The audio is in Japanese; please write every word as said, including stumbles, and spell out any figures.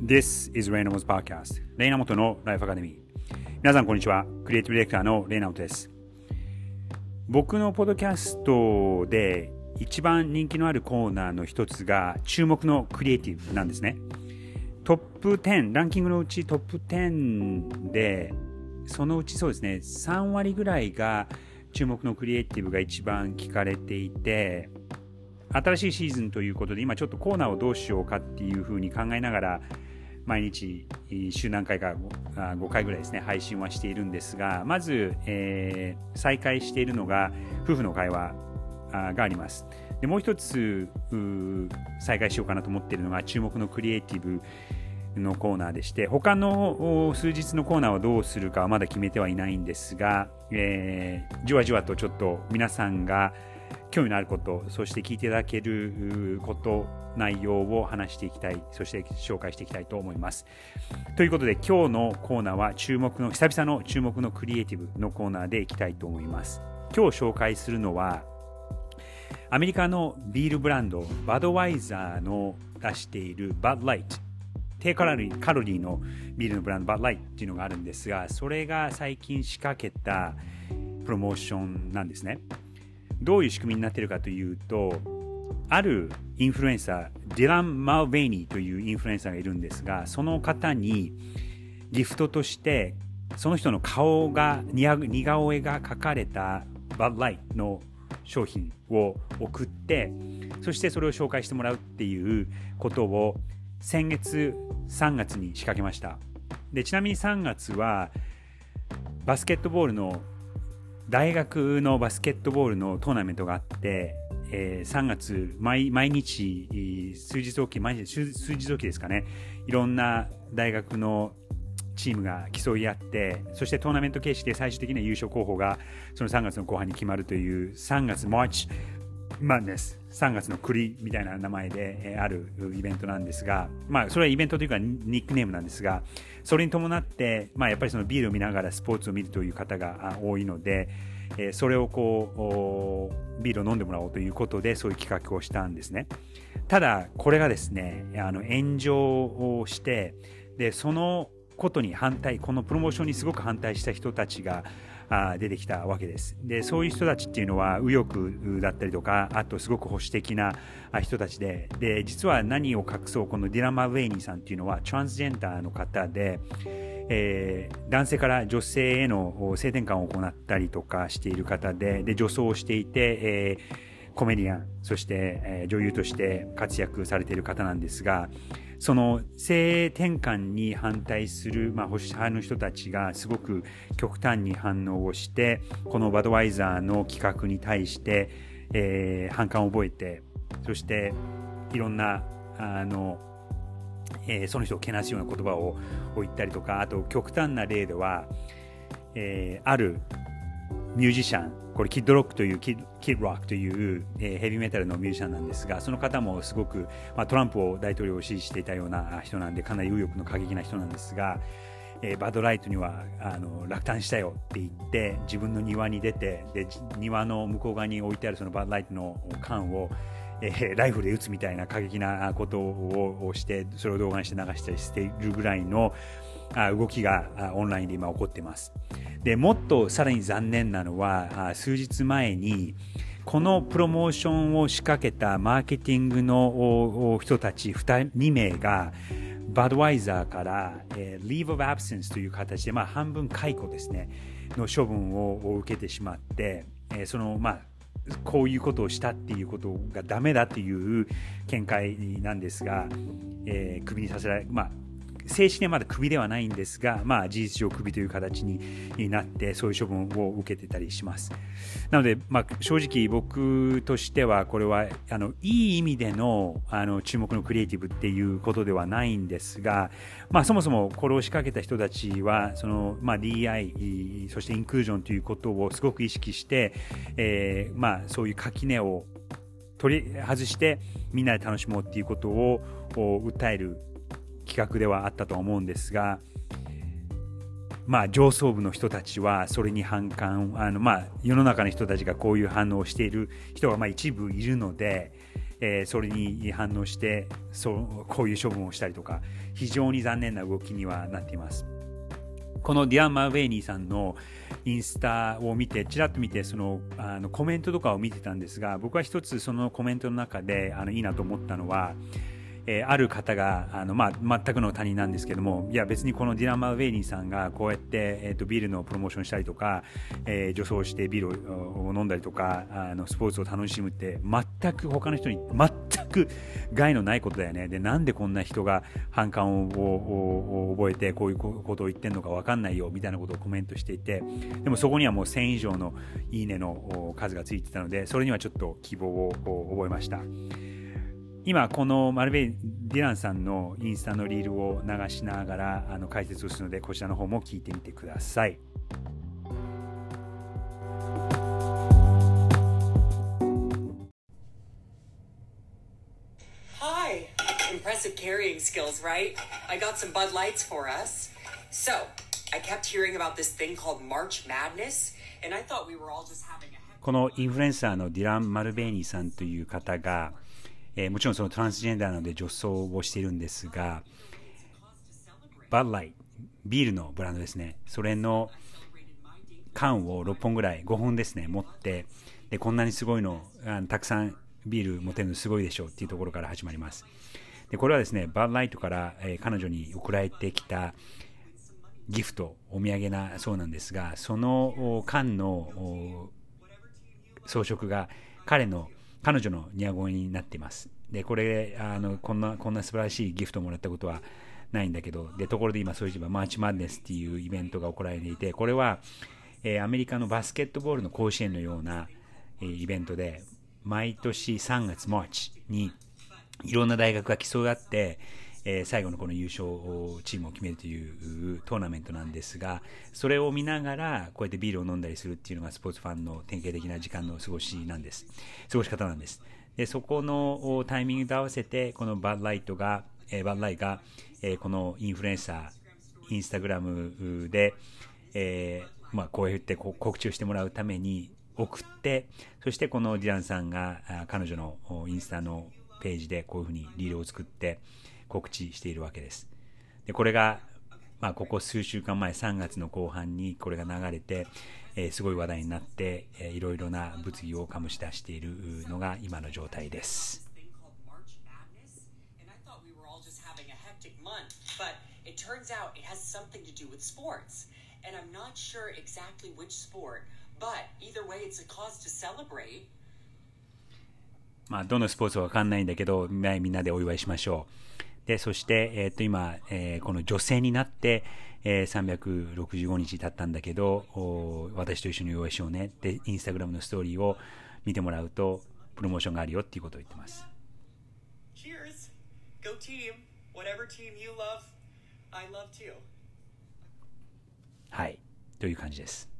This is Reynolds Podcast レイナモトのライフアカデミー。皆さんこんにちは。クリエイティブディレクターのレイナモトです。僕のポッドキャストで一番人気のあるコーナーの一つが注目のクリエイティブなんですね。トップじゅう、ランキングのうちトップじゅうでそのうちそうですねさん割ぐらいが注目のクリエイティブが一番聞かれていて、新しいシーズンということで今ちょっとコーナーをどうしようかっていうふうに考えながら毎日週何回かごかいぐらいですね配信はしているんですが、まず、えー、再開しているのが夫婦の会話があります。でもう一つ再開しようかなと思っているのが注目のクリエイティブのコーナーでして、他の数日のコーナーはどうするかはまだ決めてはいないんですが、えー、じわじわとちょっと皆さんが興味のあること、そして聞いていただけること、内容を話していきたい、そして紹介していきたいと思います。ということで今日のコーナーは注目の久々の注目のクリエイティブのコーナーでいきたいと思います。今日紹介するのはアメリカのビールブランドバドワイザーの出しているバッドライト、低カロリー、カロリーのビールのブランドバッドライトっていうのがあるんですが、それが最近仕掛けたプロモーションなんですね。どういう仕組みになっているかというと、あるインフルエンサー、ディラン・マルヴェイニーというインフルエンサーがいるんですが、その方にギフトとしてその人の顔が似顔絵が描かれたバッドライトの商品を送って、そしてそれを紹介してもらうっていうことを先月さんがつに仕掛けました。でちなみにさんがつはバスケットボールの大学のバスケットボールのトーナメントがあって、えー、さんがつ 毎, 毎日数日おき毎日数日おきですかね、いろんな大学のチームが競い合って、そしてトーナメント形式で最終的な優勝候補がそのさんがつの後半に決まるというさんがつマーチマンです。さんがつの栗みたいな名前であるイベントなんですが、まあそれはイベントというかニックネームなんですが、それに伴って、まあやっぱりそのビールを見ながらスポーツを見るという方が多いので、それをこうビールを飲んでもらおうということでそういう企画をしたんですね。ただこれがですね、あの炎上をして、でそのことに反対、このプロモーションにすごく反対した人たちが出てきたわけです。でそういう人たちっていうのは右翼だったりとか、あとすごく保守的な人たちで、で実は何を隠そう、このディラン・マルヴェイニーさんっていうのはトランスジェンダーの方で、えー、男性から女性への性転換を行ったりとかしている方で、で女装をしていて、えー、コメディアン、そして、えー、女優として活躍されている方なんですが、その性転換に反対する、まあ、保守派の人たちがすごく極端に反応をして、このバドワイザーの企画に対して、えー、反感を覚えて、そしていろんなあの、えー、その人をけなすような言葉を言ったりとか、あと極端な例では、えー、あるミュージシャン、これキッドロックというキッド、キッドロックという、えー、ヘビーメタルのミュージシャンなんですが、その方もすごく、まあ、トランプを大統領を支持していたような人なんで、かなり右翼の過激な人なんですが、えー、バドライトにはあの落胆したよって言って自分の庭に出て、で庭の向こう側に置いてあるそのバドライトの缶を、えー、ライフルで撃つみたいな過激なことをして、それを動画にして流したりしているぐらいの動きがオンラインで今起こっています。でもっとさらに残念なのは、数日前にこのプロモーションを仕掛けたマーケティングの人たちにめいがバドワイザーから、えー、Leave of Absence という形で、まあ、半分解雇ですねの処分を受けてしまって、えー、そのまあこういうことをしたっていうことがダメだという見解なんですが、えー、クビにさせられ、まあ正式にはまだクビではないんですが、まあ、事実上クビという形になってそういう処分を受けてたりします。なので、まあ、正直僕としてはこれはあのいい意味で の, あの注目のクリエイティブっていうことではないんですが、まあ、そもそもこれを仕掛けた人たちはその、まあ、ディーアイ そしてインクルージョンということをすごく意識して、えーまあ、そういう垣根を取り外してみんなで楽しもうっていうことを訴える企画ではあったと思うんですが、まあ、上層部の人たちはそれに反感、あの、まあ、世の中の人たちがこういう反応をしている人がまあ一部いるので、 えー、それに反応してそうこういう処分をしたりとか、非常に残念な動きにはなっています。このディアン・マーヴェイニーさんのインスタを見て、ちらっと見て、そのあのコメントとかを見てたんですが、僕は一つそのコメントの中であのいいなと思ったのは、えー、ある方があの、まあ、全くの他人なんですけども、いや別にこのディラン・マーヴェイニーさんがこうやって、えー、とビールのプロモーションしたりとか、えー、女装してビールを飲んだりとか、あのスポーツを楽しむって全く他の人に全く害のないことだよね。で、なんでこんな人が反感を覚えてこういうことを言ってんのか分かんないよみたいなことをコメントしていて、でもそこにはもうせん以上のいいねの数がついてたので、それにはちょっと希望を覚えました。今このマルベイ・ディランさんのインスタのリールを流しながらあの解説をするので、こちらの方も聞いてみてください。 Hi, impressive carrying skills, right? I got some Bud Lights for us. So, I kept hearing about this thing called March Madness, and I thought we were all just having a... このインフルエンサーのディラン・マルベーニーさんという方が、えー、もちろんそのトランスジェンダーなので女装をしているんですが、バッライ、ビールのブランドですね、それの缶をろっぽんぐらい、ごほんですね、持って、でこんなにすごいの、あのたくさんビール持てるのすごいでしょうっていうところから始まります。でこれはですね、バッライトから、えー、彼女に送られてきたギフト、お土産なそうなんですが、その缶の装飾が彼の彼女の似顔絵になっています。でこれあのこんなこんな素晴らしいギフトをもらったことはないんだけど、でところで今そういえばマーチマンネスっていうイベントが行われていて、これは、えー、アメリカのバスケットボールの甲子園のような、えー、イベントで、毎年さんがつマーチにいろんな大学が競い合って、えー、最後のこの優勝チームを決めるというトーナメントなんですが、それを見ながらこうやってビールを飲んだりするっていうのがスポーツファンの典型的な時間の過ごしなんです。過ごし方なんです。でそこのタイミングと合わせてこのバッライトが、えー、バッライが、えー、このインフルエンサーインスタグラムで、えーまあ、こうやって告知をしてもらうために送って、そしてこのディランさんが彼女のインスタのページでこういうふうにリールを作って告知しているわけです。でこれが、まあ、ここ数週間前さんがつの後半にこれが流れて、えー、すごい話題になって、えー、いろいろな物議を醸し出しているのが今の状態です。まあ、どのスポーツか分かんないんだけど、みんなでお祝いしましょう。でそして、えー、と今、えー、この女性になって、えー、さんびゃくろくじゅうごにち経ったんだけど、私と一緒にお祝いしようねでインスタグラムのストーリーを見てもらうとプロモーションがあるよっていうことを言ってます。 Cheers! Go team! Whatever team you love, I love too. はい、という感じです。